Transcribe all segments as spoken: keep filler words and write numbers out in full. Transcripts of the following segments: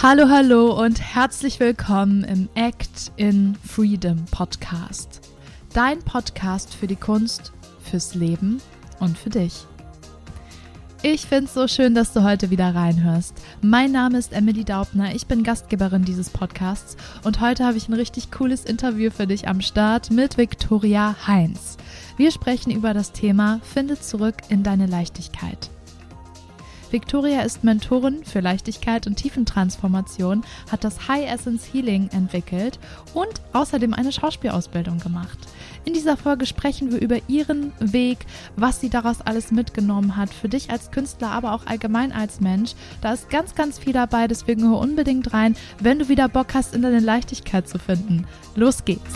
Hallo, hallo und herzlich willkommen im Act in Freedom Podcast. Dein Podcast für die Kunst, fürs Leben und für dich. Ich finde es so schön, dass du heute wieder reinhörst. Mein Name ist Emily Daubner, ich bin Gastgeberin dieses Podcasts und heute habe ich ein richtig cooles Interview für dich am Start mit Viktoria Heinz. Wir sprechen über das Thema Finde zurück in deine Leichtigkeit. Viktoria ist Mentorin für Leichtigkeit und Tiefentransformation, hat das High Essence Healing entwickelt und außerdem eine Schauspielausbildung gemacht. In dieser Folge sprechen wir über ihren Weg, was sie daraus alles mitgenommen hat, für dich als Künstler, aber auch allgemein als Mensch. Da ist ganz, ganz viel dabei, deswegen hör unbedingt rein, wenn du wieder Bock hast, in deine Leichtigkeit zu finden. Los geht's!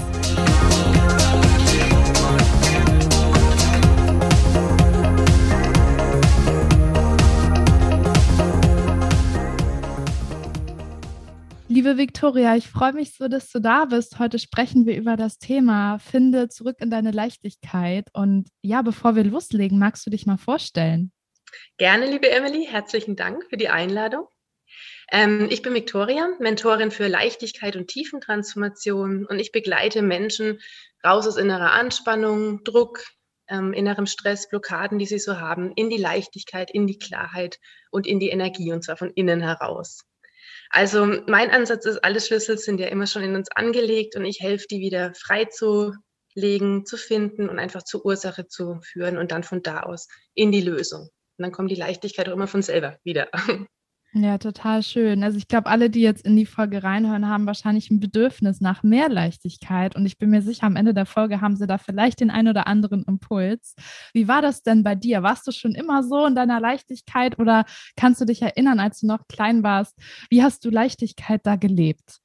Liebe Viktoria, ich freue mich so, dass du da bist. Heute sprechen wir über das Thema Finde zurück in deine Leichtigkeit. Und ja, bevor wir loslegen, magst du dich mal vorstellen? Gerne, liebe Emily. Herzlichen Dank für die Einladung. Ähm, ich bin Viktoria, Mentorin für Leichtigkeit und Tiefentransformation und ich begleite Menschen raus aus innerer Anspannung, Druck, ähm, innerem Stress, Blockaden, die sie so haben, in die Leichtigkeit, in die Klarheit und in die Energie, und zwar von innen heraus. Also mein Ansatz ist, alle Schlüssel sind ja immer schon in uns angelegt und ich helfe, die wieder freizulegen, zu finden und einfach zur Ursache zu führen und dann von da aus in die Lösung. Und dann kommt die Leichtigkeit auch immer von selber wieder. Ja, total schön. Also ich glaube, alle, die jetzt in die Folge reinhören, haben wahrscheinlich ein Bedürfnis nach mehr Leichtigkeit. Und ich bin mir sicher, am Ende der Folge haben sie da vielleicht den ein oder anderen Impuls. Wie war das denn bei dir? Warst du schon immer so in deiner Leichtigkeit oder kannst du dich erinnern, als du noch klein warst? Wie hast du Leichtigkeit da gelebt?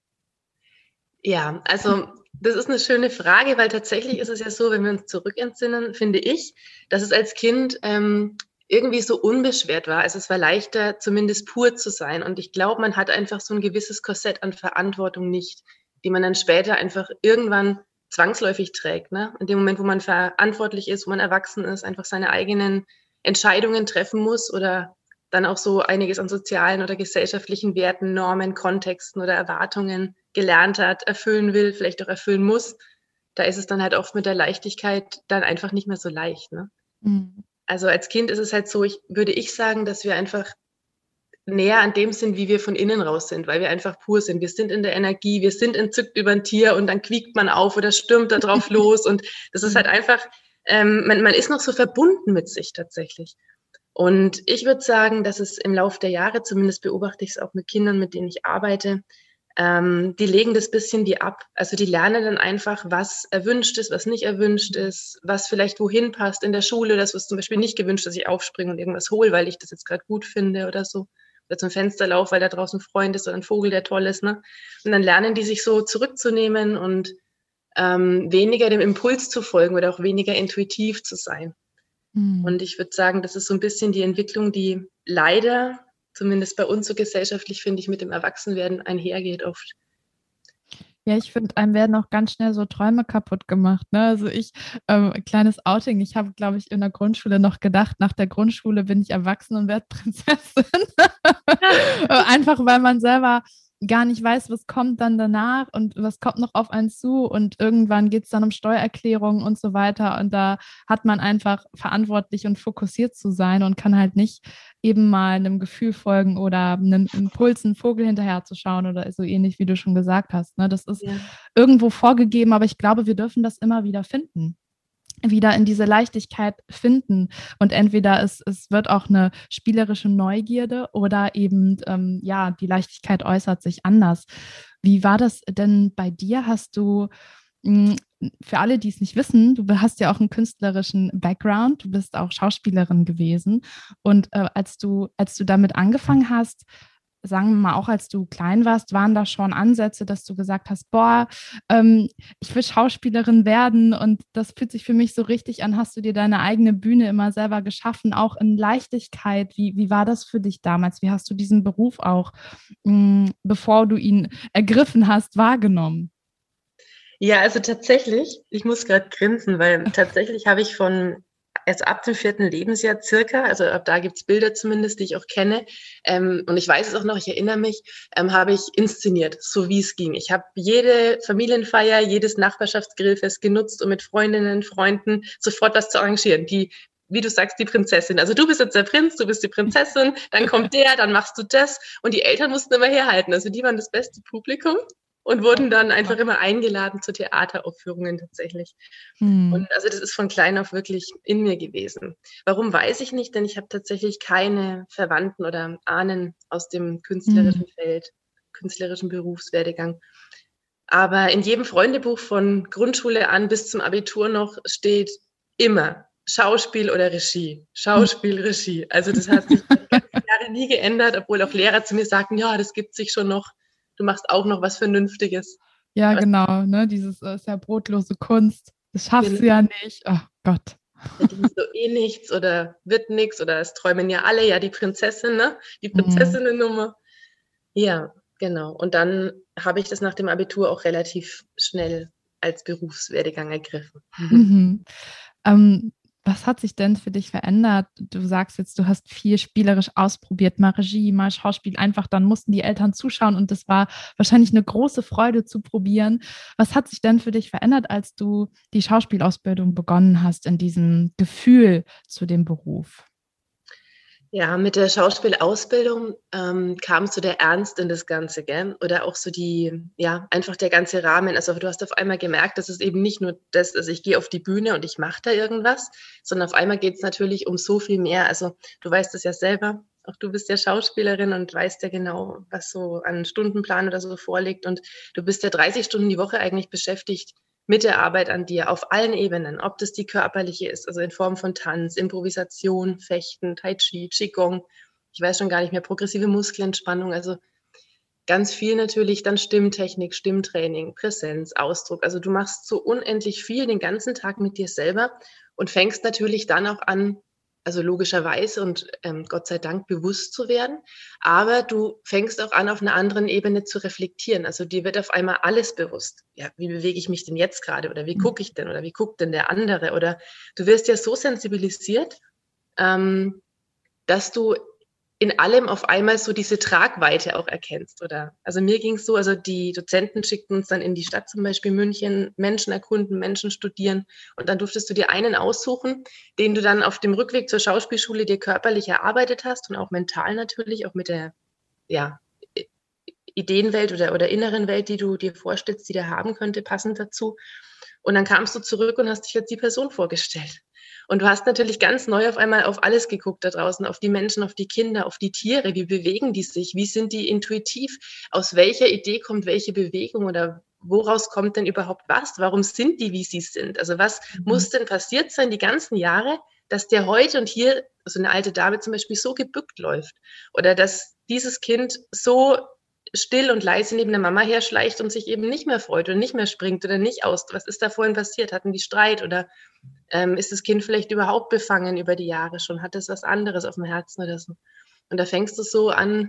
Ja, also das ist eine schöne Frage, weil tatsächlich ist es ja so, wenn wir uns zurückentsinnen, finde ich, dass es als Kind ähm, irgendwie so unbeschwert war. Also es war leichter, zumindest pur zu sein. Und ich glaube, man hat einfach so ein gewisses Korsett an Verantwortung nicht, die man dann später einfach irgendwann zwangsläufig trägt. Ne? In dem Moment, wo man verantwortlich ist, wo man erwachsen ist, einfach seine eigenen Entscheidungen treffen muss oder dann auch so einiges an sozialen oder gesellschaftlichen Werten, Normen, Kontexten oder Erwartungen gelernt hat, erfüllen will, vielleicht auch erfüllen muss. Da ist es dann halt oft mit der Leichtigkeit dann einfach nicht mehr so leicht. Ne? Mhm. Also als Kind ist es halt so, ich, würde ich sagen, dass wir einfach näher an dem sind, wie wir von innen raus sind, weil wir einfach pur sind. Wir sind in der Energie, wir sind entzückt über ein Tier und dann quiekt man auf oder stürmt da drauf los. Und das ist halt einfach, ähm, man, man ist noch so verbunden mit sich tatsächlich. Und ich würde sagen, dass es im Laufe der Jahre, zumindest beobachte ich es auch mit Kindern, mit denen ich arbeite, Ähm, die legen das bisschen wie ab. Also die lernen dann einfach, was erwünscht ist, was nicht erwünscht ist, was vielleicht wohin passt in der Schule. Das ist zum Beispiel nicht gewünscht, dass ich aufspringe und irgendwas hole, weil ich das jetzt gerade gut finde oder so. Oder zum Fenster laufe, weil da draußen ein Freund ist oder ein Vogel, der toll ist. Ne? Und dann lernen die sich so zurückzunehmen und ähm, weniger dem Impuls zu folgen oder auch weniger intuitiv zu sein. Mhm. Und ich würde sagen, das ist so ein bisschen die Entwicklung, die leider zumindest bei uns so gesellschaftlich, finde ich, mit dem Erwachsenwerden einhergeht oft. Ja, ich finde, einem werden auch ganz schnell so Träume kaputt gemacht. Ne? Also ich, ähm, kleines Outing, ich habe, glaube ich, in der Grundschule noch gedacht, nach der Grundschule bin ich erwachsen und werde Prinzessin. Einfach, weil man selber gar nicht weiß, was kommt dann danach und was kommt noch auf einen zu und irgendwann geht es dann um Steuererklärungen und so weiter und da hat man einfach verantwortlich und fokussiert zu sein und kann halt nicht eben mal einem Gefühl folgen oder einem Impuls, einen Vogel hinterher zu schauen oder so ähnlich, wie du schon gesagt hast. Ne? Das ist ja irgendwo vorgegeben, aber ich glaube, wir dürfen das immer wieder finden. Wieder in diese Leichtigkeit finden. Und entweder es, es wird auch eine spielerische Neugierde oder eben, ähm, ja, die Leichtigkeit äußert sich anders. Wie war das denn bei dir? Hast du, mh, für alle, die es nicht wissen, du hast ja auch einen künstlerischen Background, du bist auch Schauspielerin gewesen. Und äh, als du, als du damit angefangen hast, sagen wir mal, auch als du klein warst, waren da schon Ansätze, dass du gesagt hast, boah, ähm, ich will Schauspielerin werden und das fühlt sich für mich so richtig an. Hast du dir deine eigene Bühne immer selber geschaffen, auch in Leichtigkeit? Wie, wie war das für dich damals? Wie hast du diesen Beruf auch, mh, bevor du ihn ergriffen hast, wahrgenommen? Ja, also tatsächlich, ich muss gerade grinsen, weil tatsächlich habe ich von also ab dem vierten Lebensjahr circa, also ab da gibt's Bilder zumindest, die ich auch kenne. Ähm, und ich weiß es auch noch, ich erinnere mich, ähm, habe ich inszeniert, so wie es ging. Ich habe jede Familienfeier, jedes Nachbarschaftsgrillfest genutzt, um mit Freundinnen, Freunden sofort was zu arrangieren. Die, wie du sagst, die Prinzessin. Also du bist jetzt der Prinz, du bist die Prinzessin, dann kommt der, dann machst du das. Und die Eltern mussten immer herhalten. Also die waren das beste Publikum. Und wurden dann einfach immer eingeladen zu Theateraufführungen tatsächlich. Hm. Und also das ist von klein auf wirklich in mir gewesen. Warum, weiß ich nicht, denn ich habe tatsächlich keine Verwandten oder Ahnen aus dem künstlerischen Hm. Feld, künstlerischen Berufswerdegang. Aber in jedem Freundebuch von Grundschule an bis zum Abitur noch steht immer Schauspiel oder Regie. Schauspiel, Regie. Also das hat sich die ganzen Jahre nie geändert, obwohl auch Lehrer zu mir sagten, ja, das gibt sich schon noch. Du machst auch noch was Vernünftiges. Ja, was genau, ne? Dieses äh, ist ja brotlose Kunst. Das schaffst genau. du ja nicht. Oh Gott. Verdienst du eh nichts oder wird nichts oder es träumen ja alle, ja, die Prinzessin, ne? Die Mhm. Prinzessinnennummer. Ja, genau. Und dann habe ich das nach dem Abitur auch relativ schnell als Berufswerdegang ergriffen. Mhm. Ähm, was hat sich denn für dich verändert? Du sagst jetzt, du hast viel spielerisch ausprobiert, mal Regie, mal Schauspiel. Einfach, dann mussten die Eltern zuschauen und das war wahrscheinlich eine große Freude zu probieren. Was hat sich denn für dich verändert, als du die Schauspielausbildung begonnen hast, in diesem Gefühl zu dem Beruf? Ja, mit der Schauspielausbildung ähm, kam so der Ernst in das Ganze, gell? Oder auch so die, ja, einfach der ganze Rahmen. Also du hast auf einmal gemerkt, dass es eben nicht nur das, also ich gehe auf die Bühne und ich mache da irgendwas, sondern auf einmal geht es natürlich um so viel mehr. Also du weißt es ja selber, auch du bist ja Schauspielerin und weißt ja genau, was so an Stundenplan oder so vorliegt. Und du bist ja dreißig Stunden die Woche eigentlich beschäftigt mit der Arbeit an dir auf allen Ebenen, ob das die körperliche ist, also in Form von Tanz, Improvisation, Fechten, Tai Chi, Qigong, ich weiß schon gar nicht mehr, progressive Muskelentspannung, also ganz viel natürlich, dann Stimmtechnik, Stimmtraining, Präsenz, Ausdruck. Also du machst so unendlich viel den ganzen Tag mit dir selber und fängst natürlich dann auch an, also logischerweise und ähm, Gott sei Dank bewusst zu werden. Aber du fängst auch an, auf einer anderen Ebene zu reflektieren. Also dir wird auf einmal alles bewusst. Ja, wie bewege ich mich denn jetzt gerade? Oder wie gucke ich denn? Oder wie guckt denn der andere? Oder du wirst ja so sensibilisiert, ähm, dass du in allem auf einmal so diese Tragweite auch erkennst, oder? Also mir ging es so, also die Dozenten schickten uns dann in die Stadt, zum Beispiel München, Menschen erkunden, Menschen studieren und dann durftest du dir einen aussuchen, den du dann auf dem Rückweg zur Schauspielschule dir körperlich erarbeitet hast und auch mental natürlich, auch mit der, ja, Ideenwelt oder, oder inneren Welt, die du dir vorstellst, die der haben könnte, passend dazu. Und dann kamst du zurück und hast dich als die Person vorgestellt. Und du hast natürlich ganz neu auf einmal auf alles geguckt da draußen, auf die Menschen, auf die Kinder, auf die Tiere. Wie bewegen die sich? Wie sind die intuitiv? Aus welcher Idee kommt welche Bewegung oder woraus kommt denn überhaupt was? Warum sind die, wie sie sind? Also was Mhm. muss denn passiert sein die ganzen Jahre, dass der heute und hier, also eine alte Dame zum Beispiel, so gebückt läuft? Oder dass dieses Kind so still und leise neben der Mama herschleicht und sich eben nicht mehr freut oder nicht mehr springt oder nicht aus. Was ist da vorhin passiert? Hatten die Streit oder ähm, ist das Kind vielleicht überhaupt befangen über die Jahre schon? Hat es was anderes auf dem Herzen oder so? Und da fängst du so an,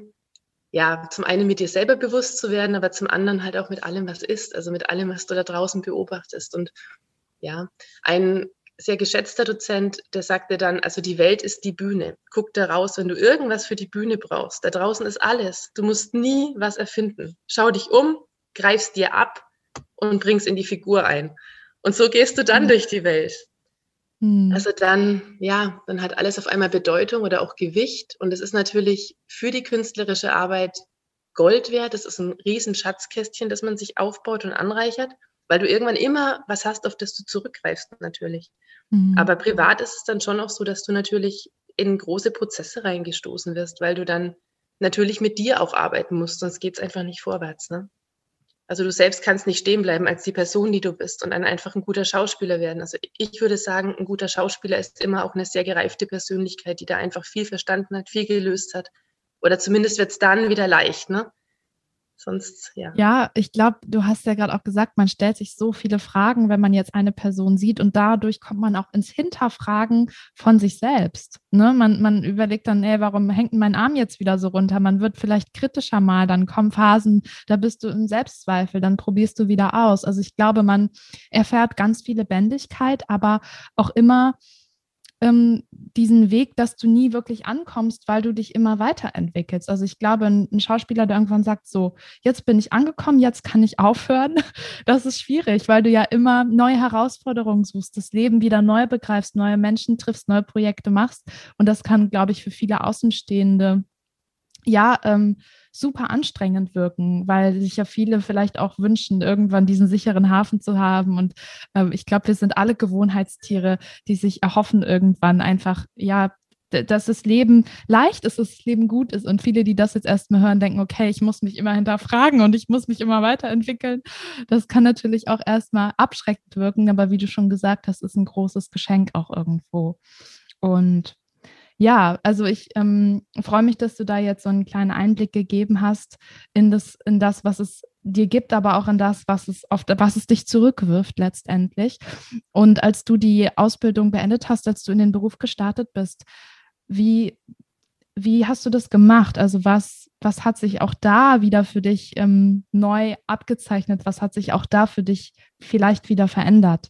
ja, zum einen mit dir selber bewusst zu werden, aber zum anderen halt auch mit allem, was ist, also mit allem, was du da draußen beobachtest. Und ja, ein sehr geschätzter Dozent, der sagte dann, also die Welt ist die Bühne. Guck da raus, wenn du irgendwas für die Bühne brauchst. Da draußen ist alles. Du musst nie was erfinden. Schau dich um, greifst dir ab und bringst in die Figur ein. Und so gehst du dann durch die Welt. Mhm. Also dann, ja, dann hat alles auf einmal Bedeutung oder auch Gewicht. Und es ist natürlich für die künstlerische Arbeit Gold wert. Das ist ein riesen Schatzkästchen, das man sich aufbaut und anreichert, weil du irgendwann immer was hast, auf das du zurückgreifst natürlich. Mhm. Aber privat ist es dann schon auch so, dass du natürlich in große Prozesse reingestoßen wirst, weil du dann natürlich mit dir auch arbeiten musst, sonst geht es einfach nicht vorwärts. Ne? Also du selbst kannst nicht stehen bleiben als die Person, die du bist und dann einfach ein guter Schauspieler werden. Also ich würde sagen, ein guter Schauspieler ist immer auch eine sehr gereifte Persönlichkeit, die da einfach viel verstanden hat, viel gelöst hat. Oder zumindest wird es dann wieder leicht, ne? Sonst, ja. Ja, ich glaube, du hast ja gerade auch gesagt, man stellt sich so viele Fragen, wenn man jetzt eine Person sieht und dadurch kommt man auch ins Hinterfragen von sich selbst. Ne? Man, man überlegt dann, ey, warum hängt mein Arm jetzt wieder so runter? Man wird vielleicht kritischer mal, dann kommen Phasen, da bist du im Selbstzweifel, dann probierst du wieder aus. Also ich glaube, man erfährt ganz viel Lebendigkeit, aber auch immer ähm, diesen Weg, dass du nie wirklich ankommst, weil du dich immer weiterentwickelst. Also ich glaube, ein, ein Schauspieler, der irgendwann sagt, so, jetzt bin ich angekommen, jetzt kann ich aufhören, das ist schwierig, weil du ja immer neue Herausforderungen suchst, das Leben wieder neu begreifst, neue Menschen triffst, neue Projekte machst. Und das kann, glaube ich, für viele Außenstehende ja, ähm, super anstrengend wirken, weil sich ja viele vielleicht auch wünschen, irgendwann diesen sicheren Hafen zu haben. Und ähm, ich glaube, wir sind alle Gewohnheitstiere, die sich erhoffen, irgendwann einfach, ja, d- dass das Leben leicht ist, dass das Leben gut ist. Und viele, die das jetzt erstmal hören, denken, okay, ich muss mich immer hinterfragen und ich muss mich immer weiterentwickeln. Das kann natürlich auch erstmal abschreckend wirken, aber wie du schon gesagt hast, ist ein großes Geschenk auch irgendwo. Und ja, also ich ähm, freue mich, dass du da jetzt so einen kleinen Einblick gegeben hast in das, in das, was es dir gibt, aber auch in das, was es auf was es dich zurückwirft letztendlich. Und als du die Ausbildung beendet hast, als du in den Beruf gestartet bist, wie, wie hast du das gemacht? Also was, was hat sich auch da wieder für dich ähm, neu abgezeichnet? Was hat sich auch da für dich vielleicht wieder verändert?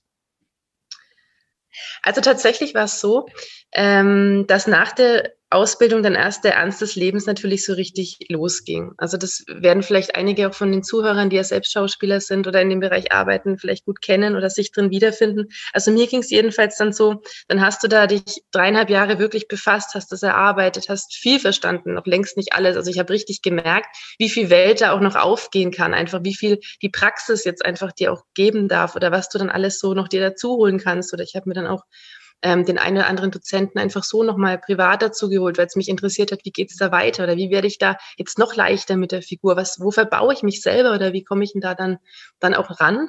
Also tatsächlich war es so, ähm, dass nach der Ausbildung dann erst der Ernst des Lebens natürlich so richtig losging. Also das werden vielleicht einige auch von den Zuhörern, die ja selbst Schauspieler sind oder in dem Bereich arbeiten, vielleicht gut kennen oder sich drin wiederfinden. Also mir ging es jedenfalls dann so, dann hast du da dich dreieinhalb Jahre wirklich befasst, hast das erarbeitet, hast viel verstanden, noch längst nicht alles. Also ich habe richtig gemerkt, wie viel Welt da auch noch aufgehen kann, einfach wie viel die Praxis jetzt einfach dir auch geben darf oder was du dann alles so noch dir dazu holen kannst. Oder ich habe mir dann auch ähm, den einen oder anderen Dozenten einfach so nochmal privat dazu geholt, weil es mich interessiert hat, wie geht es da weiter oder wie werde ich da jetzt noch leichter mit der Figur, was, wo verbaue ich mich selber oder wie komme ich denn da dann, dann auch ran?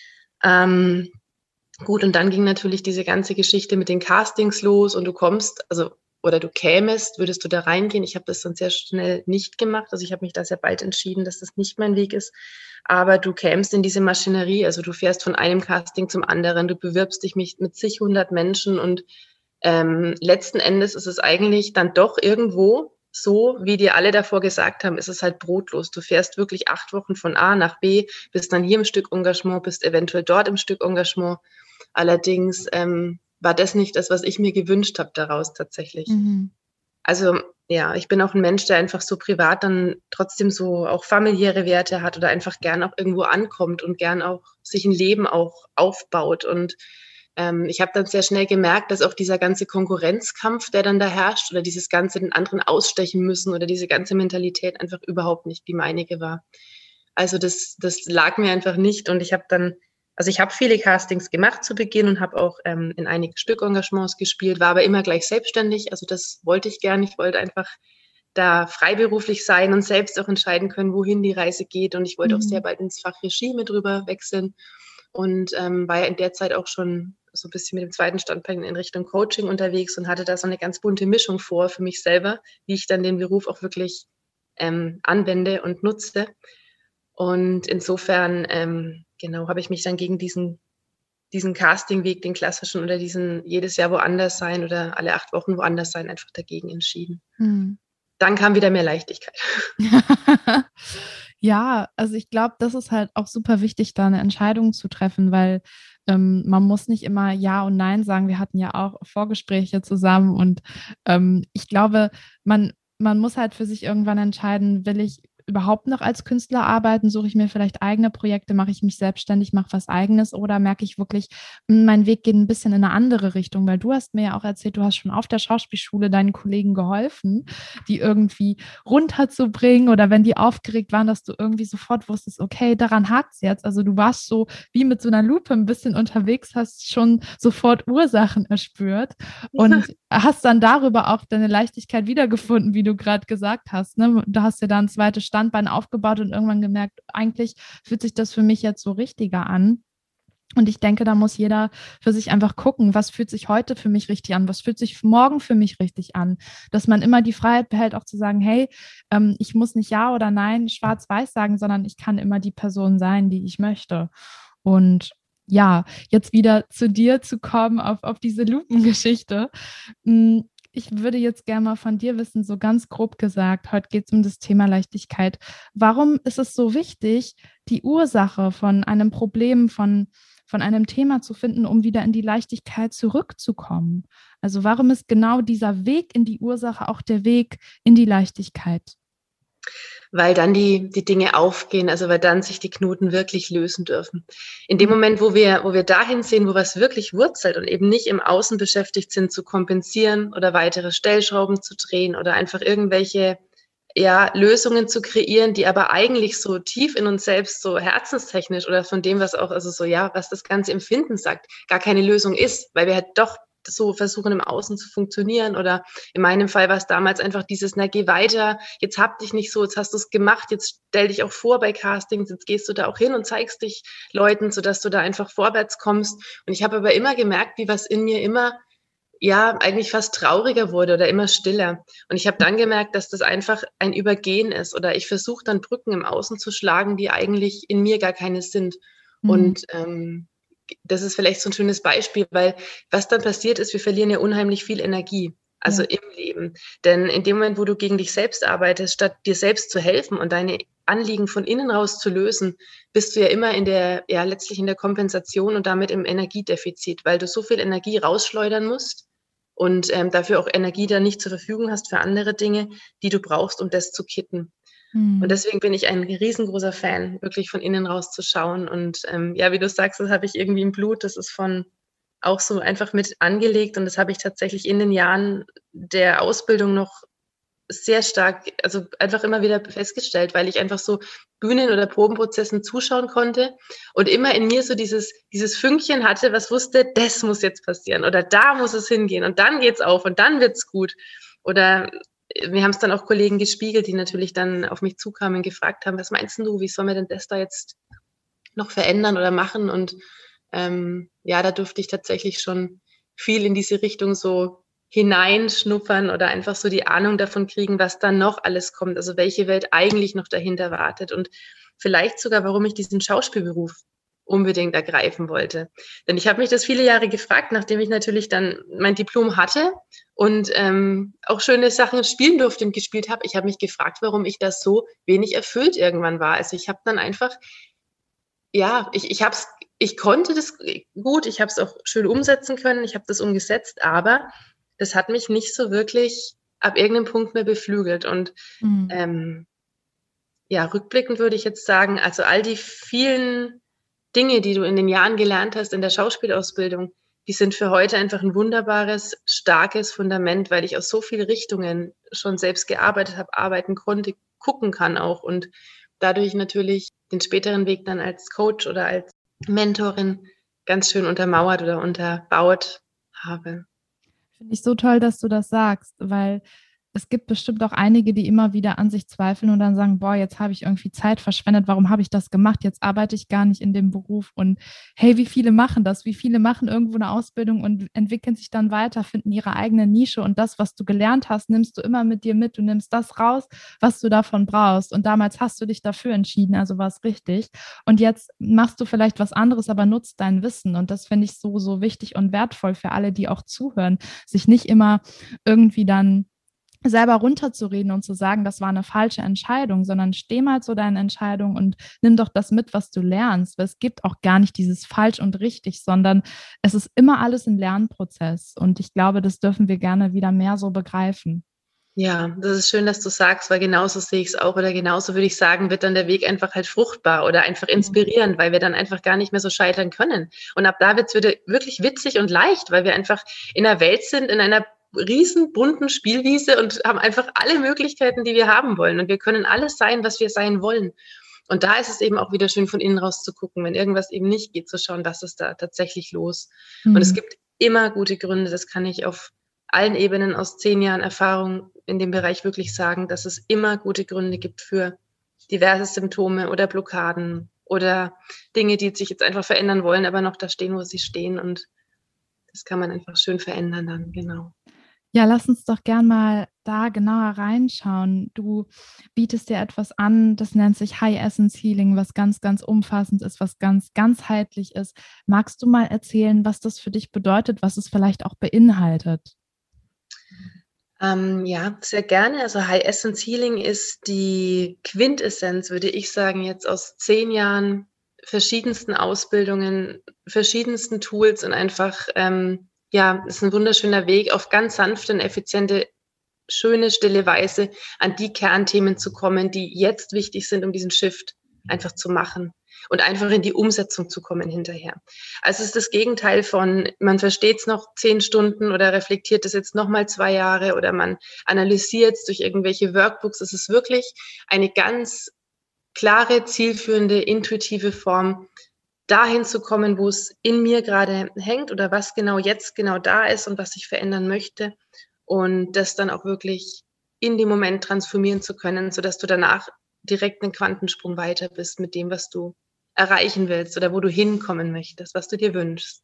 Ähm, gut, und dann ging natürlich diese ganze Geschichte mit den Castings los und du kommst, also oder du kämest, würdest du da reingehen? Ich habe das dann sehr schnell nicht gemacht. Also ich habe mich da sehr bald entschieden, dass das nicht mein Weg ist. Aber du kämst in diese Maschinerie, also du fährst von einem Casting zum anderen, du bewirbst dich mit, mit zig hundert Menschen und ähm, letzten Endes ist es eigentlich dann doch irgendwo so, wie dir alle davor gesagt haben, ist es halt brotlos. Du fährst wirklich acht Wochen von A nach B, bist dann hier im Stück Engagement, bist eventuell dort im Stück Engagement. Allerdings ähm, war das nicht das, was ich mir gewünscht habe daraus tatsächlich. Mhm. Also ja, ich bin auch ein Mensch, der einfach so privat dann trotzdem so auch familiäre Werte hat oder einfach gern auch irgendwo ankommt und gern auch sich ein Leben auch aufbaut. Und ähm, ich habe dann sehr schnell gemerkt, dass auch dieser ganze Konkurrenzkampf, der dann da herrscht oder dieses ganze den anderen ausstechen müssen oder diese ganze Mentalität einfach überhaupt nicht die meinige war. Also das, das lag mir einfach nicht und ich habe dann also ich habe viele Castings gemacht zu Beginn und habe auch ähm, in einigen Stückengagements gespielt, war aber immer gleich selbstständig. Also das wollte ich gerne. Ich wollte einfach da freiberuflich sein und selbst auch entscheiden können, wohin die Reise geht. Und ich wollte auch sehr Mhm. bald ins Fach Regie mit rüber wechseln und ähm, war ja in der Zeit auch schon so ein bisschen mit dem zweiten Standbein in Richtung Coaching unterwegs und hatte da so eine ganz bunte Mischung vor für mich selber, wie ich dann den Beruf auch wirklich ähm, anwende und nutze. Und insofern, ähm, genau, habe ich mich dann gegen diesen, diesen Castingweg, den klassischen oder diesen jedes Jahr woanders sein oder alle acht Wochen woanders sein, einfach dagegen entschieden. Mhm. Dann kam wieder mehr Leichtigkeit. Ja, also ich glaube, das ist halt auch super wichtig, da eine Entscheidung zu treffen, weil ähm, man muss nicht immer Ja und Nein sagen. Wir hatten ja auch Vorgespräche zusammen und ähm, ich glaube, man, man muss halt für sich irgendwann entscheiden, will ich überhaupt noch als Künstler arbeiten? Suche ich mir vielleicht eigene Projekte? Mache ich mich selbstständig, mache was Eigenes? Oder merke ich wirklich, mh, mein Weg geht ein bisschen in eine andere Richtung? Weil du hast mir ja auch erzählt, du hast schon auf der Schauspielschule deinen Kollegen geholfen, die irgendwie runterzubringen oder wenn die aufgeregt waren, dass du irgendwie sofort wusstest, okay, daran hakt es jetzt. Also du warst so wie mit so einer Lupe ein bisschen unterwegs, hast schon sofort Ursachen erspürt und hast dann darüber auch deine Leichtigkeit wiedergefunden, wie du gerade gesagt hast. Ne? Du hast ja da ein zweites Standbein aufgebaut und irgendwann gemerkt, eigentlich fühlt sich das für mich jetzt so richtiger an. Und ich denke, da muss jeder für sich einfach gucken, was fühlt sich heute für mich richtig an, was fühlt sich morgen für mich richtig an. Dass man immer die Freiheit behält, auch zu sagen, hey, ähm, ich muss nicht Ja oder Nein schwarz-weiß sagen, sondern ich kann immer die Person sein, die ich möchte. Und ja, jetzt wieder zu dir zu kommen, auf, auf diese Lupengeschichte. Ich würde jetzt gerne mal von dir wissen, so ganz grob gesagt, heute geht es um das Thema Leichtigkeit. Warum ist es so wichtig, die Ursache von einem Problem, von von einem Thema zu finden, um wieder in die Leichtigkeit zurückzukommen? Also warum ist genau dieser Weg in die Ursache auch der Weg in die Leichtigkeit? Weil dann die, die Dinge aufgehen, also weil dann sich die Knoten wirklich lösen dürfen. In dem Moment, wo wir, wo wir dahin sehen, wo was wirklich wurzelt und eben nicht im Außen beschäftigt sind, zu kompensieren oder weitere Stellschrauben zu drehen oder einfach irgendwelche ja, Lösungen zu kreieren, die aber eigentlich so tief in uns selbst, so herzenstechnisch oder von dem, was auch, also so, ja, was das ganze Empfinden sagt, gar keine Lösung ist, weil wir halt doch so versuchen, im Außen zu funktionieren. Oder in meinem Fall war es damals einfach dieses, na, geh weiter, jetzt hab dich nicht so, jetzt hast du es gemacht, jetzt stell dich auch vor bei Castings, jetzt gehst du da auch hin und zeigst dich Leuten, sodass du da einfach vorwärts kommst. Und ich habe aber immer gemerkt, wie was in mir immer, ja, eigentlich fast trauriger wurde oder immer stiller. Und ich habe dann gemerkt, dass das einfach ein Übergehen ist. Oder ich versuche dann Brücken im Außen zu schlagen, die eigentlich in mir gar keine sind. Mhm. Und ähm, das ist vielleicht so ein schönes Beispiel, weil was dann passiert ist, wir verlieren ja unheimlich viel Energie, also Ja. im Leben. Denn in dem Moment, wo du gegen dich selbst arbeitest, statt dir selbst zu helfen und deine Anliegen von innen raus zu lösen, bist du ja immer in der, ja, letztlich in der Kompensation und damit im Energiedefizit, weil du so viel Energie rausschleudern musst und ähm, dafür auch Energie dann nicht zur Verfügung hast für andere Dinge, die du brauchst, um das zu kitten. Mhm. Und deswegen bin ich ein riesengroßer Fan, wirklich von innen raus zu schauen. Und ähm, ja, wie du sagst, das habe ich irgendwie im Blut. Das ist von auch so einfach mit angelegt. Und das habe ich tatsächlich in den Jahren der Ausbildung noch sehr stark, also einfach immer wieder festgestellt, weil ich einfach so Bühnen- oder Probenprozessen zuschauen konnte und immer in mir so dieses, dieses Fünkchen hatte, was wusste, das muss jetzt passieren oder da muss es hingehen und dann geht's auf und dann wird's gut. Oder wir haben es dann auch Kollegen gespiegelt, die natürlich dann auf mich zukamen und gefragt haben, was meinst du, wie soll man denn das da jetzt noch verändern oder machen? Und ähm, ja, da durfte ich tatsächlich schon viel in diese Richtung so hineinschnuppern oder einfach so die Ahnung davon kriegen, was dann noch alles kommt, also welche Welt eigentlich noch dahinter wartet und vielleicht sogar, warum ich diesen Schauspielberuf unbedingt ergreifen wollte. Denn ich habe mich das viele Jahre gefragt, nachdem ich natürlich dann mein Diplom hatte und ähm, auch schöne Sachen spielen durfte und gespielt habe. Ich habe mich gefragt, warum ich das so wenig erfüllt irgendwann war. Also ich habe dann einfach, ja, ich, ich habe es, ich konnte das gut, ich habe es auch schön umsetzen können, ich habe das umgesetzt, aber das hat mich nicht so wirklich ab irgendeinem Punkt mehr beflügelt. Und Mhm. ähm, ja, rückblickend würde ich jetzt sagen, also all die vielen Dinge, die du in den Jahren gelernt hast in der Schauspielausbildung, die sind für heute einfach ein wunderbares, starkes Fundament, weil ich aus so vielen Richtungen schon selbst gearbeitet habe, arbeiten konnte, gucken kann auch und dadurch natürlich den späteren Weg dann als Coach oder als Mentorin ganz schön untermauert oder unterbaut habe. Finde ich so toll, dass du das sagst, weil es gibt bestimmt auch einige, die immer wieder an sich zweifeln und dann sagen, boah, jetzt habe ich irgendwie Zeit verschwendet, warum habe ich das gemacht? Jetzt arbeite ich gar nicht in dem Beruf. Und hey, wie viele machen das? Wie viele machen irgendwo eine Ausbildung und entwickeln sich dann weiter, finden ihre eigene Nische und das, was du gelernt hast, nimmst du immer mit dir mit. Du nimmst das raus, was du davon brauchst. Und damals hast du dich dafür entschieden, also war es richtig. Und jetzt machst du vielleicht was anderes, aber nutzt dein Wissen. Und das finde ich so, so wichtig und wertvoll für alle, die auch zuhören, sich nicht immer irgendwie dann selber runterzureden und zu sagen, das war eine falsche Entscheidung, sondern steh mal zu deinen Entscheidungen und nimm doch das mit, was du lernst. Weil es gibt auch gar nicht dieses falsch und richtig, sondern es ist immer alles ein Lernprozess. Und ich glaube, das dürfen wir gerne wieder mehr so begreifen. Ja, das ist schön, dass du sagst, weil genauso sehe ich es auch oder genauso würde ich sagen, wird dann der Weg einfach halt fruchtbar oder einfach inspirierend, weil wir dann einfach gar nicht mehr so scheitern können. Und ab da wird es wieder wirklich witzig und leicht, weil wir einfach in einer Welt sind, in einer riesen bunten Spielwiese und haben einfach alle Möglichkeiten, die wir haben wollen. Und wir können alles sein, was wir sein wollen. Und da ist es eben auch wieder schön, von innen raus zu gucken, wenn irgendwas eben nicht geht, zu schauen, was ist da tatsächlich los. Mhm. Und es gibt immer gute Gründe, das kann ich auf allen Ebenen aus zehn Jahren Erfahrung in dem Bereich wirklich sagen, dass es immer gute Gründe gibt für diverse Symptome oder Blockaden oder Dinge, die sich jetzt einfach verändern wollen, aber noch da stehen, wo sie stehen. Und das kann man einfach schön verändern dann, genau. Ja, lass uns doch gern mal da genauer reinschauen. Du bietest dir etwas an, das nennt sich High Essence Healing, was ganz, ganz umfassend ist, was ganz ganzheitlich ist. Magst du mal erzählen, was das für dich bedeutet, was es vielleicht auch beinhaltet? Ähm, ja, sehr gerne. Also High Essence Healing ist die Quintessenz, würde ich sagen, jetzt aus zehn Jahren verschiedensten Ausbildungen, verschiedensten Tools und einfach, ähm, ja, es ist ein wunderschöner Weg, auf ganz sanfte und effiziente, schöne, stille Weise an die Kernthemen zu kommen, die jetzt wichtig sind, um diesen Shift einfach zu machen und einfach in die Umsetzung zu kommen hinterher. Also es ist das Gegenteil von, man versteht es noch zehn Stunden oder reflektiert es jetzt nochmal zwei Jahre oder man analysiert es durch irgendwelche Workbooks. Es ist wirklich eine ganz klare, zielführende, intuitive Form, dahin zu kommen, wo es in mir gerade hängt oder was genau jetzt genau da ist und was ich verändern möchte und das dann auch wirklich in dem Moment transformieren zu können, sodass du danach direkt einen Quantensprung weiter bist mit dem, was du erreichen willst oder wo du hinkommen möchtest, was du dir wünschst.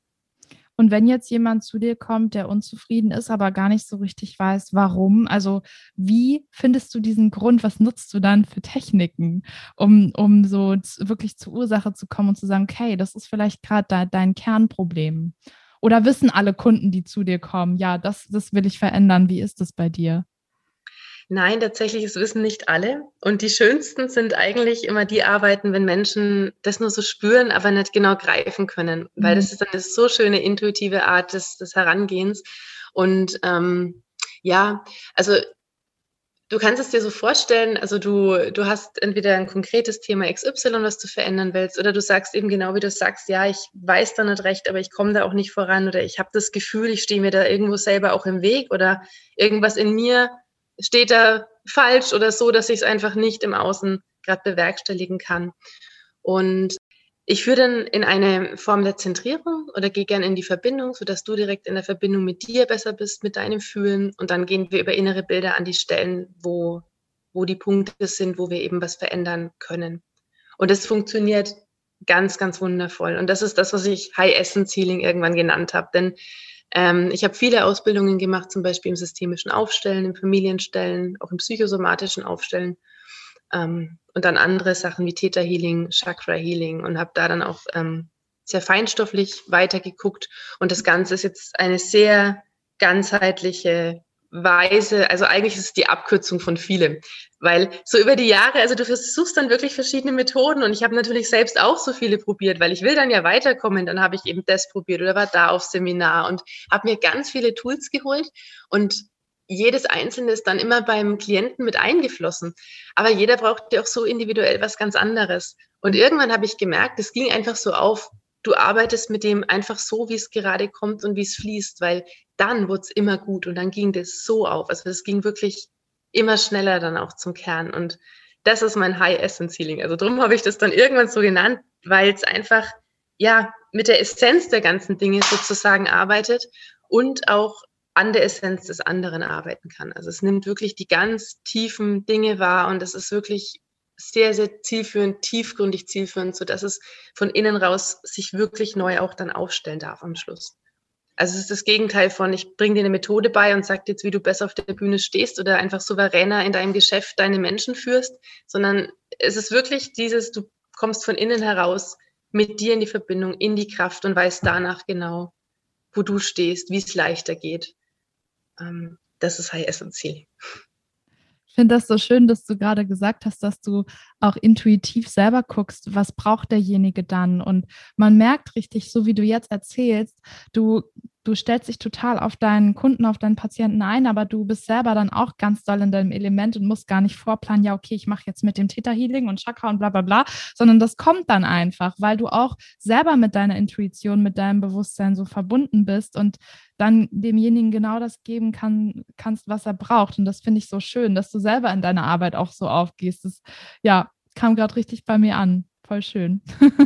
Und wenn jetzt jemand zu dir kommt, der unzufrieden ist, aber gar nicht so richtig weiß, warum, also wie findest du diesen Grund, was nutzt du dann für Techniken, um, um so z- wirklich zur Ursache zu kommen und zu sagen, okay, das ist vielleicht gerade de dein Kernproblem. Oder wissen alle Kunden, die zu dir kommen, ja, das, das will ich verändern. Wie ist das bei dir? Nein, tatsächlich, es wissen nicht alle. Und die schönsten sind eigentlich immer die Arbeiten, wenn Menschen das nur so spüren, aber nicht genau greifen können. Weil Mhm. das ist dann eine so schöne intuitive Art des, des Herangehens. Und ähm, ja, also du kannst es dir so vorstellen, also du, du hast entweder ein konkretes Thema X Y, was du verändern willst, oder du sagst eben genau, wie du sagst, ja, ich weiß da nicht recht, aber ich komme da auch nicht voran oder ich habe das Gefühl, ich stehe mir da irgendwo selber auch im Weg oder irgendwas in mir steht da falsch oder so, dass ich es einfach nicht im Außen gerade bewerkstelligen kann. Und ich führe dann in eine Form der Zentrierung oder gehe gerne in die Verbindung, sodass du direkt in der Verbindung mit dir besser bist, mit deinem Fühlen. Und dann gehen wir über innere Bilder an die Stellen, wo, wo die Punkte sind, wo wir eben was verändern können. Und das funktioniert ganz, ganz wundervoll. Und das ist das, was ich High Essence Healing irgendwann genannt habe. Denn ähm, ich habe viele Ausbildungen gemacht, zum Beispiel im systemischen Aufstellen, im Familienstellen, auch im psychosomatischen Aufstellen. Ähm, und dann andere Sachen wie Theta Healing, Chakra Healing und habe da dann auch ähm, sehr feinstofflich weitergeguckt. Und das Ganze ist jetzt eine sehr ganzheitliche Weise, also eigentlich ist es die Abkürzung von vielem, weil so über die Jahre, also du versuchst dann wirklich verschiedene Methoden und ich habe natürlich selbst auch so viele probiert, weil ich will dann ja weiterkommen, dann habe ich eben das probiert oder war da auf Seminar und habe mir ganz viele Tools geholt und jedes einzelne ist dann immer beim Klienten mit eingeflossen. Aber jeder braucht ja auch so individuell was ganz anderes. Und irgendwann habe ich gemerkt, es ging einfach so auf, du arbeitest mit dem einfach so, wie es gerade kommt und wie es fließt, weil dann wurde es immer gut und dann ging das so auf. Also es ging wirklich immer schneller dann auch zum Kern. Und das ist mein High Essence Healing. Also darum habe ich das dann irgendwann so genannt, weil es einfach ja mit der Essenz der ganzen Dinge sozusagen arbeitet und auch an der Essenz des anderen arbeiten kann. Also es nimmt wirklich die ganz tiefen Dinge wahr und es ist wirklich sehr, sehr zielführend, tiefgründig zielführend, sodass es von innen raus sich wirklich neu auch dann aufstellen darf am Schluss. Also es ist das Gegenteil von, ich bringe dir eine Methode bei und sage dir jetzt, wie du besser auf der Bühne stehst oder einfach souveräner in deinem Geschäft deine Menschen führst, sondern es ist wirklich dieses, du kommst von innen heraus mit dir in die Verbindung, in die Kraft und weißt danach genau, wo du stehst, wie es leichter geht. Ähm, das ist High Essence Healing. Ich finde das so schön, dass du gerade gesagt hast, dass du auch intuitiv selber guckst, was braucht derjenige dann. Und man merkt richtig, so wie du jetzt erzählst, du, du stellst dich total auf deinen Kunden, auf deinen Patienten ein, aber du bist selber dann auch ganz doll in deinem Element und musst gar nicht vorplanen, ja, okay, ich mache jetzt mit dem Theta Healing und Chakra und bla bla bla, sondern das kommt dann einfach, weil du auch selber mit deiner Intuition, mit deinem Bewusstsein so verbunden bist und dann demjenigen genau das geben kann, kannst, was er braucht. Und das finde ich so schön, dass du selber in deiner Arbeit auch so aufgehst. Das, ja, kam gerade richtig bei mir an. Voll schön.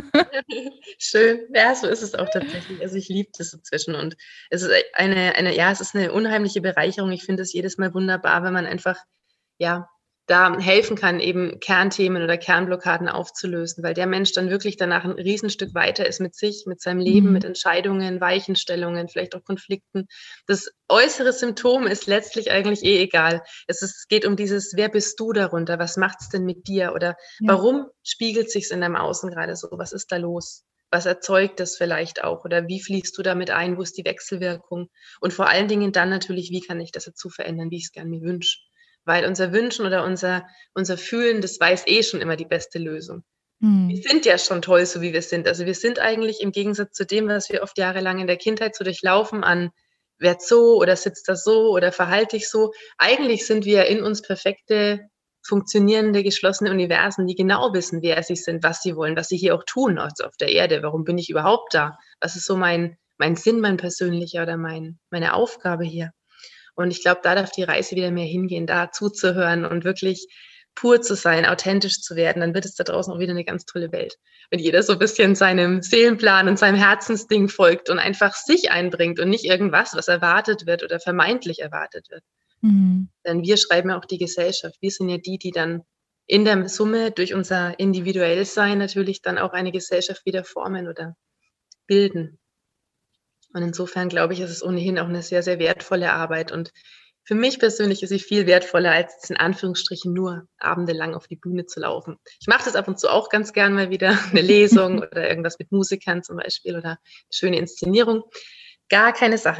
Schön. Ja, so ist es auch tatsächlich. Also ich liebe das inzwischen und es ist eine, eine, ja, es ist eine unheimliche Bereicherung. Ich finde es jedes Mal wunderbar, wenn man einfach, ja, da helfen kann, eben Kernthemen oder Kernblockaden aufzulösen, weil der Mensch dann wirklich danach ein Riesenstück weiter ist mit sich, mit seinem Leben, Mhm. mit Entscheidungen, Weichenstellungen, vielleicht auch Konflikten. Das äußere Symptom ist letztlich eigentlich eh egal. Es, ist, es geht um dieses, wer bist du darunter? Was macht's denn mit dir? Oder Ja. warum spiegelt sich's in deinem Außen gerade so? Was ist da los? Was erzeugt das vielleicht auch? Oder wie fließt du damit ein? Wo ist die Wechselwirkung? Und vor allen Dingen dann natürlich, wie kann ich das dazu verändern, wie ich es gerne mir wünsche? Weil unser Wünschen oder unser, unser Fühlen, das weiß eh schon immer die beste Lösung. Wir sind ja schon toll, so wie wir sind. Also wir sind eigentlich im Gegensatz zu dem, was wir oft jahrelang in der Kindheit so durchlaufen an werd so oder sitzt da so oder verhalte ich so. Eigentlich sind wir in uns perfekte, funktionierende, geschlossene Universen, die genau wissen, wer sie sind, was sie wollen, was sie hier auch tun also auf der Erde. Warum bin ich überhaupt da? Was ist so mein, mein Sinn, mein persönlicher oder mein, meine Aufgabe hier? Und ich glaube, da darf die Reise wieder mehr hingehen, da zuzuhören und wirklich pur zu sein, authentisch zu werden. Dann wird es da draußen auch wieder eine ganz tolle Welt. Wenn jeder so ein bisschen seinem Seelenplan und seinem Herzensding folgt und einfach sich einbringt und nicht irgendwas, was erwartet wird oder vermeintlich erwartet wird. Mhm. Denn wir schreiben ja auch die Gesellschaft. Wir sind ja die, die dann in der Summe durch unser individuelles Sein natürlich dann auch eine Gesellschaft wieder formen oder bilden. Und insofern glaube ich, ist es ohnehin auch eine sehr, sehr wertvolle Arbeit. Und für mich persönlich ist sie viel wertvoller, als in Anführungsstrichen nur abendelang auf die Bühne zu laufen. Ich mache das ab und zu auch ganz gern mal wieder, eine Lesung oder irgendwas mit Musikern zum Beispiel oder eine schöne Inszenierung. Gar keine Sache.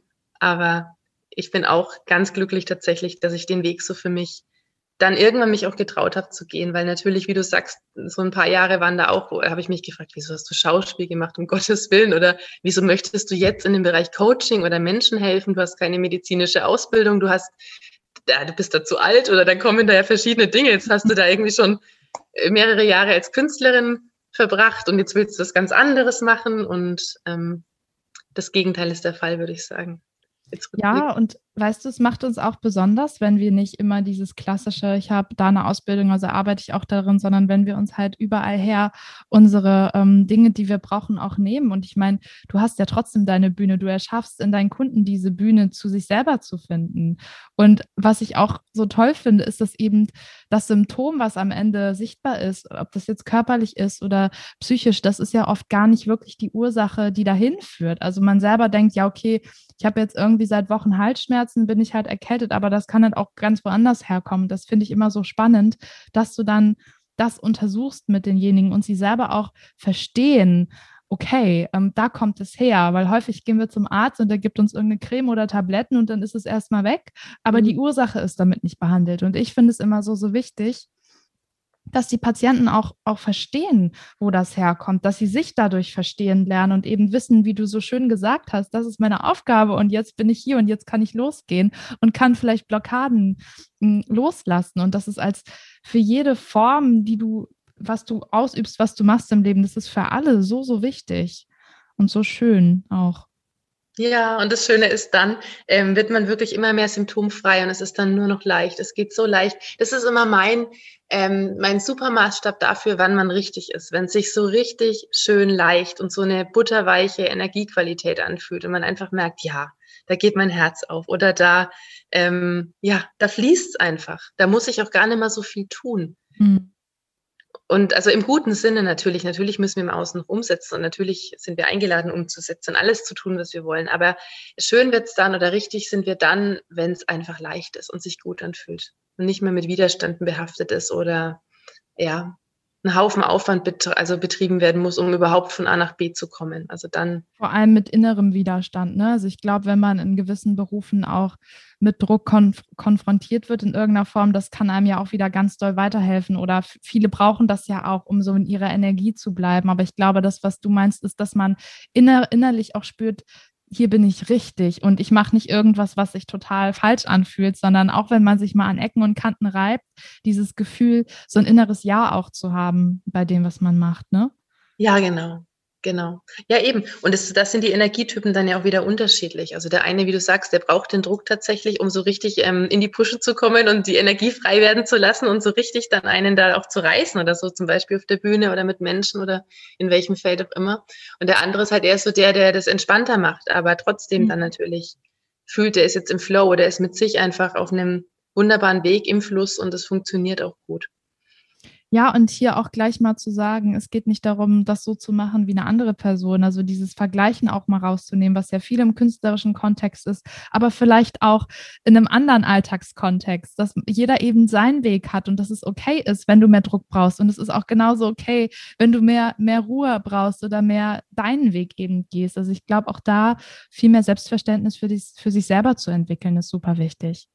Aber ich bin auch ganz glücklich tatsächlich, dass ich den Weg so für mich dann irgendwann mich auch getraut habe zu gehen, weil natürlich, wie du sagst, so ein paar Jahre waren da auch, habe ich mich gefragt, wieso hast du Schauspiel gemacht, um Gottes Willen, oder wieso möchtest du jetzt in dem Bereich Coaching oder Menschen helfen, du hast keine medizinische Ausbildung, du hast, ja, du bist da zu alt oder dann kommen da ja verschiedene Dinge, jetzt hast du da irgendwie schon mehrere Jahre als Künstlerin verbracht und jetzt willst du das ganz anderes machen und ähm, das Gegenteil ist der Fall, würde ich sagen. Ja, und weißt du, es macht uns auch besonders, wenn wir nicht immer dieses klassische, ich habe da eine Ausbildung, also arbeite ich auch darin, sondern wenn wir uns halt überall her unsere ähm, Dinge, die wir brauchen, auch nehmen. Und ich meine, du hast ja trotzdem deine Bühne, du erschaffst in deinen Kunden diese Bühne, zu sich selber zu finden. Und was ich auch so toll finde, ist, dass eben das Symptom, was am Ende sichtbar ist, ob das jetzt körperlich ist oder psychisch, das ist ja oft gar nicht wirklich die Ursache, die dahin führt. Also man selber denkt, ja, okay, ich habe jetzt irgendwie seit Wochen Halsschmerzen, bin ich halt erkältet, aber das kann halt auch ganz woanders herkommen. Das finde ich immer so spannend, dass du dann das untersuchst mit denjenigen und sie selber auch verstehen, okay, ähm, da kommt es her, weil häufig gehen wir zum Arzt und der gibt uns irgendeine Creme oder Tabletten und dann ist es erstmal weg, aber mhm. die Ursache ist damit nicht behandelt. Und ich finde es immer so, so wichtig, dass die Patienten auch, auch verstehen, wo das herkommt, dass sie sich dadurch verstehen lernen und eben wissen, wie du so schön gesagt hast, das ist meine Aufgabe und jetzt bin ich hier und jetzt kann ich losgehen und kann vielleicht Blockaden mh, loslassen. Und das ist als für jede Form, die du, was du ausübst, was du machst im Leben, das ist für alle so, so wichtig und so schön auch. Ja, und das Schöne ist dann, ähm, wird man wirklich immer mehr symptomfrei und es ist dann nur noch leicht. Es geht so leicht. Das ist immer mein, ähm, mein Supermaßstab dafür, wann man richtig ist. Wenn es sich so richtig schön leicht und so eine butterweiche Energiequalität anfühlt und man einfach merkt, ja, da geht mein Herz auf oder da, ähm, ja, da fließt es einfach. Da muss ich auch gar nicht mehr so viel tun. Mhm. Und also im guten Sinne natürlich, natürlich müssen wir im Außen noch umsetzen und natürlich sind wir eingeladen, umzusetzen und alles zu tun, was wir wollen. Aber schön wird es dann oder richtig sind wir dann, wenn es einfach leicht ist und sich gut anfühlt und nicht mehr mit Widerständen behaftet ist oder ja, ein Haufen Aufwand bet- also betrieben werden muss, um überhaupt von A nach B zu kommen. Also dann. Vor allem mit innerem Widerstand. Ne? Also ich glaube, wenn man in gewissen Berufen auch mit Druck konf- konfrontiert wird in irgendeiner Form, das kann einem ja auch wieder ganz doll weiterhelfen. Oder f- viele brauchen das ja auch, um so in ihrer Energie zu bleiben. Aber ich glaube, das, was du meinst, ist, dass man inner- innerlich auch spürt, hier bin ich richtig und ich mache nicht irgendwas, was sich total falsch anfühlt, sondern auch wenn man sich mal an Ecken und Kanten reibt, dieses Gefühl, so ein inneres Ja auch zu haben bei dem, was man macht, ne? Ja, genau. Genau. Ja, eben. Und das, das sind die Energietypen dann ja auch wieder unterschiedlich. Also der eine, wie du sagst, der braucht den Druck tatsächlich, um so richtig ähm, in die Pusche zu kommen und die Energie frei werden zu lassen und so richtig dann einen da auch zu reißen oder so, zum Beispiel auf der Bühne oder mit Menschen oder in welchem Feld auch immer. Und der andere ist halt eher so der, der das entspannter macht, aber trotzdem mhm. dann natürlich fühlt, der ist jetzt im Flow oder ist mit sich einfach auf einem wunderbaren Weg im Fluss und das funktioniert auch gut. Ja, und hier auch gleich mal zu sagen, es geht nicht darum, das so zu machen wie eine andere Person, also dieses Vergleichen auch mal rauszunehmen, was ja viel im künstlerischen Kontext ist, aber vielleicht auch in einem anderen Alltagskontext, dass jeder eben seinen Weg hat und dass es okay ist, wenn du mehr Druck brauchst und es ist auch genauso okay, wenn du mehr, mehr Ruhe brauchst oder mehr deinen Weg eben gehst. Also ich glaube auch da viel mehr Selbstverständnis für, dich, für sich selber zu entwickeln, ist super wichtig.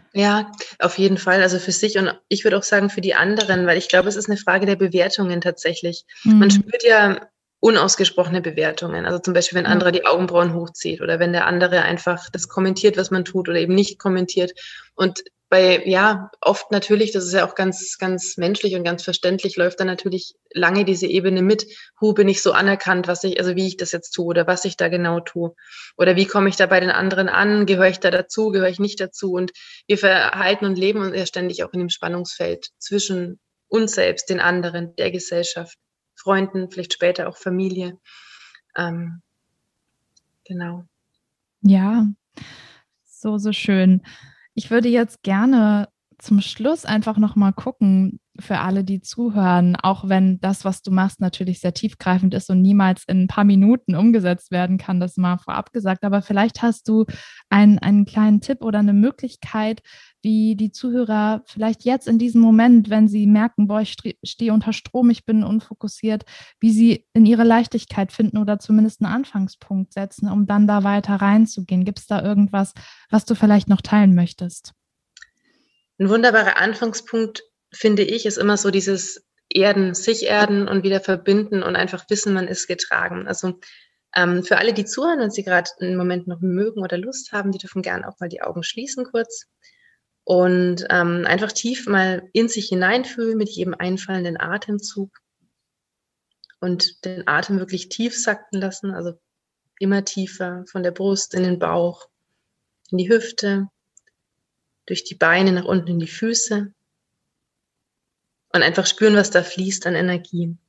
Ja, auf jeden Fall. Also für sich und ich würde auch sagen für die anderen, weil ich glaube, es ist eine Frage der Bewertungen tatsächlich. Man Mhm. spürt ja unausgesprochene Bewertungen. Also zum Beispiel, wenn ein Ja. anderer die Augenbrauen hochzieht oder wenn der andere einfach das kommentiert, was man tut oder eben nicht kommentiert. Und bei, ja, oft natürlich, das ist ja auch ganz, ganz menschlich und ganz verständlich, läuft dann natürlich lange diese Ebene mit. Hu, bin ich so anerkannt, was ich, also wie ich das jetzt tue oder was ich da genau tue? Oder wie komme ich da bei den anderen an? Gehöre ich da dazu? Gehöre ich nicht dazu? Und wir verhalten und leben uns ja ständig auch in dem Spannungsfeld zwischen uns selbst, den anderen, der Gesellschaft, Freunden, vielleicht später auch Familie. Ähm, genau. Ja, so, so schön. Ich würde jetzt gerne zum Schluss einfach nochmal gucken für alle, die zuhören, auch wenn das, was du machst, natürlich sehr tiefgreifend ist und niemals in ein paar Minuten umgesetzt werden kann, das mal vorab gesagt. Aber vielleicht hast du einen, einen kleinen Tipp oder eine Möglichkeit, wie die Zuhörer vielleicht jetzt in diesem Moment, wenn sie merken, boah, ich stehe unter Strom, ich bin unfokussiert, wie sie in ihre Leichtigkeit finden oder zumindest einen Anfangspunkt setzen, um dann da weiter reinzugehen. Gibt es da irgendwas, was du vielleicht noch teilen möchtest? Ein wunderbarer Anfangspunkt, finde ich, ist immer so dieses Erden, sich erden und wieder verbinden und einfach wissen, man ist getragen. Also ähm, für alle, die zuhören, wenn sie gerade einen Moment noch mögen oder Lust haben, die dürfen gerne auch mal die Augen schließen kurz und ähm, einfach tief mal in sich hineinfühlen mit jedem einfallenden Atemzug und den Atem wirklich tief sacken lassen, also immer tiefer von der Brust in den Bauch, in die Hüfte, durch die Beine nach unten in die Füße und einfach spüren, was da fließt an Energie.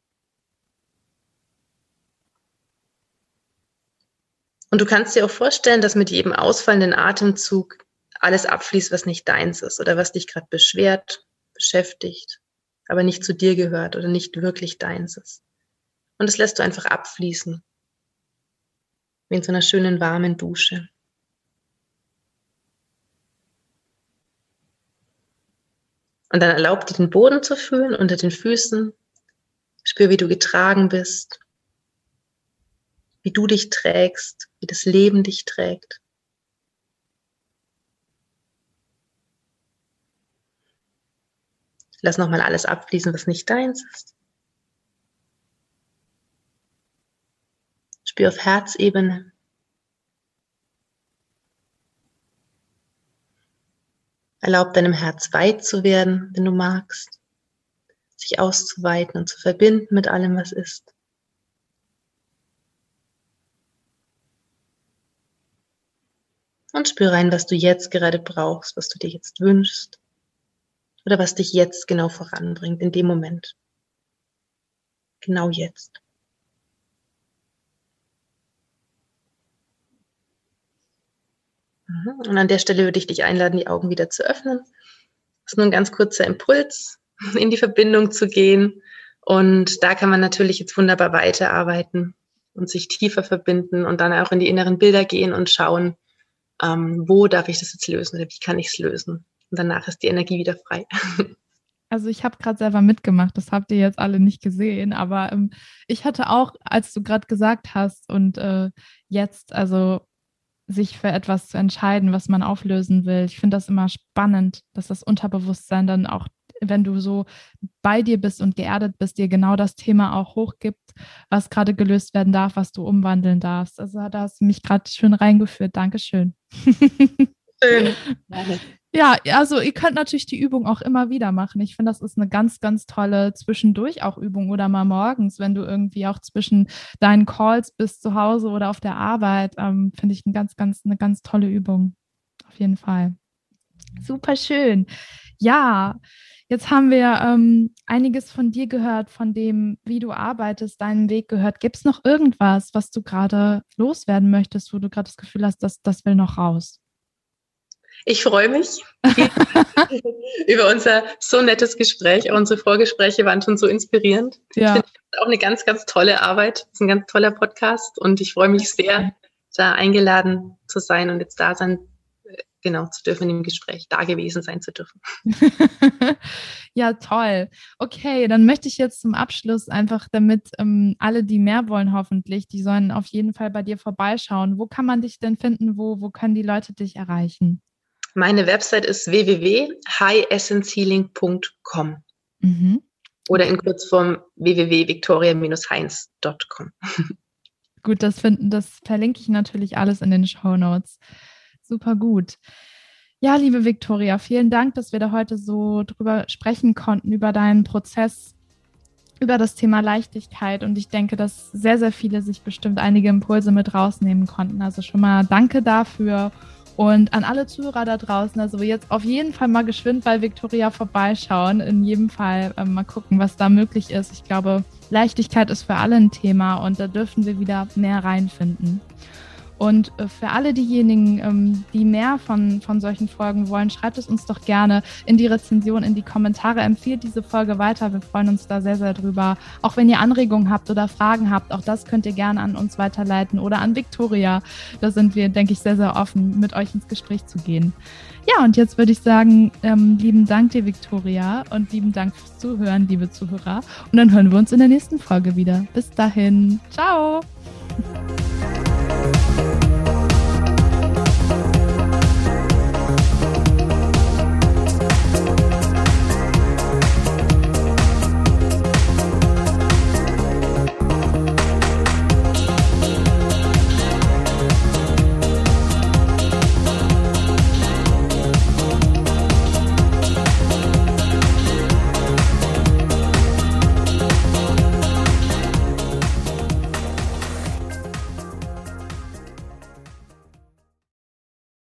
Und du kannst dir auch vorstellen, dass mit jedem ausfallenden Atemzug alles abfließt, was nicht deins ist oder was dich gerade beschwert, beschäftigt, aber nicht zu dir gehört oder nicht wirklich deins ist. Und das lässt du einfach abfließen, wie in so einer schönen warmen Dusche. Und dann erlaub dir den Boden zu fühlen unter den Füßen. Spür, wie du getragen bist, wie du dich trägst, wie das Leben dich trägt. Lass nochmal alles abfließen, was nicht deins ist. Spür auf Herzebene. Erlaub deinem Herz weit zu werden, wenn du magst, sich auszuweiten und zu verbinden mit allem, was ist. Und spür rein, was du jetzt gerade brauchst, was du dir jetzt wünschst oder was dich jetzt genau voranbringt, in dem Moment. Genau jetzt. Und an der Stelle würde ich dich einladen, die Augen wieder zu öffnen. Das ist nur ein ganz kurzer Impuls, in die Verbindung zu gehen. Und da kann man natürlich jetzt wunderbar weiterarbeiten und sich tiefer verbinden und dann auch in die inneren Bilder gehen und schauen, ähm, wo darf ich das jetzt lösen oder wie kann ich es lösen. Und danach ist die Energie wieder frei. Also ich habe gerade selber mitgemacht, das habt ihr jetzt alle nicht gesehen, aber ähm, ich hatte auch, als du gerade gesagt hast und äh, jetzt, also sich für etwas zu entscheiden, was man auflösen will. Ich finde das immer spannend, dass das Unterbewusstsein dann auch, wenn du so bei dir bist und geerdet bist, dir genau das Thema auch hochgibt, was gerade gelöst werden darf, was du umwandeln darfst. Also da hast du mich gerade schön reingeführt. Dankeschön. Schön. Ja, also ihr könnt natürlich die Übung auch immer wieder machen. Ich finde, das ist eine ganz, ganz tolle zwischendurch auch Übung oder mal morgens, wenn du irgendwie auch zwischen deinen Calls bist zu Hause oder auf der Arbeit, ähm, finde ich eine ganz, ganz, eine ganz tolle Übung. Auf jeden Fall. Super schön. Ja, jetzt haben wir ähm, einiges von dir gehört, von dem, wie du arbeitest, deinen Weg gehört. Gibt es noch irgendwas, was du gerade loswerden möchtest, wo du gerade das Gefühl hast, dass das will noch raus? Ich freue mich über unser so nettes Gespräch. Unsere Vorgespräche waren schon so inspirierend. Ja. Ich finde das auch eine ganz, ganz tolle Arbeit. Das ist ein ganz toller Podcast und ich freue mich sehr, da eingeladen zu sein und jetzt da sein, genau, zu dürfen im Gespräch, da gewesen sein zu dürfen. Ja, toll. Okay, dann möchte ich jetzt zum Abschluss einfach, damit ähm, alle, die mehr wollen, hoffentlich, die sollen auf jeden Fall bei dir vorbeischauen. Wo kann man dich denn finden? Wo, wo können die Leute dich erreichen? Meine Website ist w w w punkt high essence healing punkt com mhm. oder in Kurzform w w w punkt victoria heinz punkt com. Gut, das finden, das verlinke ich natürlich alles in den Shownotes. Super gut. Ja, liebe Victoria, vielen Dank, dass wir da heute so drüber sprechen konnten, über deinen Prozess, über das Thema Leichtigkeit. Und ich denke, dass sehr, sehr viele sich bestimmt einige Impulse mit rausnehmen konnten. Also schon mal danke dafür. Und an alle Zuhörer da draußen, also jetzt auf jeden Fall mal geschwind bei Victoria vorbeischauen. In jedem Fall äh, mal gucken, was da möglich ist. Ich glaube, Leichtigkeit ist für alle ein Thema und da dürfen wir wieder mehr reinfinden. Und für alle diejenigen, die mehr von, von solchen Folgen wollen, schreibt es uns doch gerne in die Rezension, in die Kommentare. Empfiehlt diese Folge weiter. Wir freuen uns da sehr, sehr drüber. Auch wenn ihr Anregungen habt oder Fragen habt, auch das könnt ihr gerne an uns weiterleiten oder an Victoria. Da sind wir, denke ich, sehr, sehr offen, mit euch ins Gespräch zu gehen. Ja, und jetzt würde ich sagen, ähm, lieben Dank dir, Victoria, und lieben Dank fürs Zuhören, liebe Zuhörer. Und dann hören wir uns in der nächsten Folge wieder. Bis dahin. Ciao.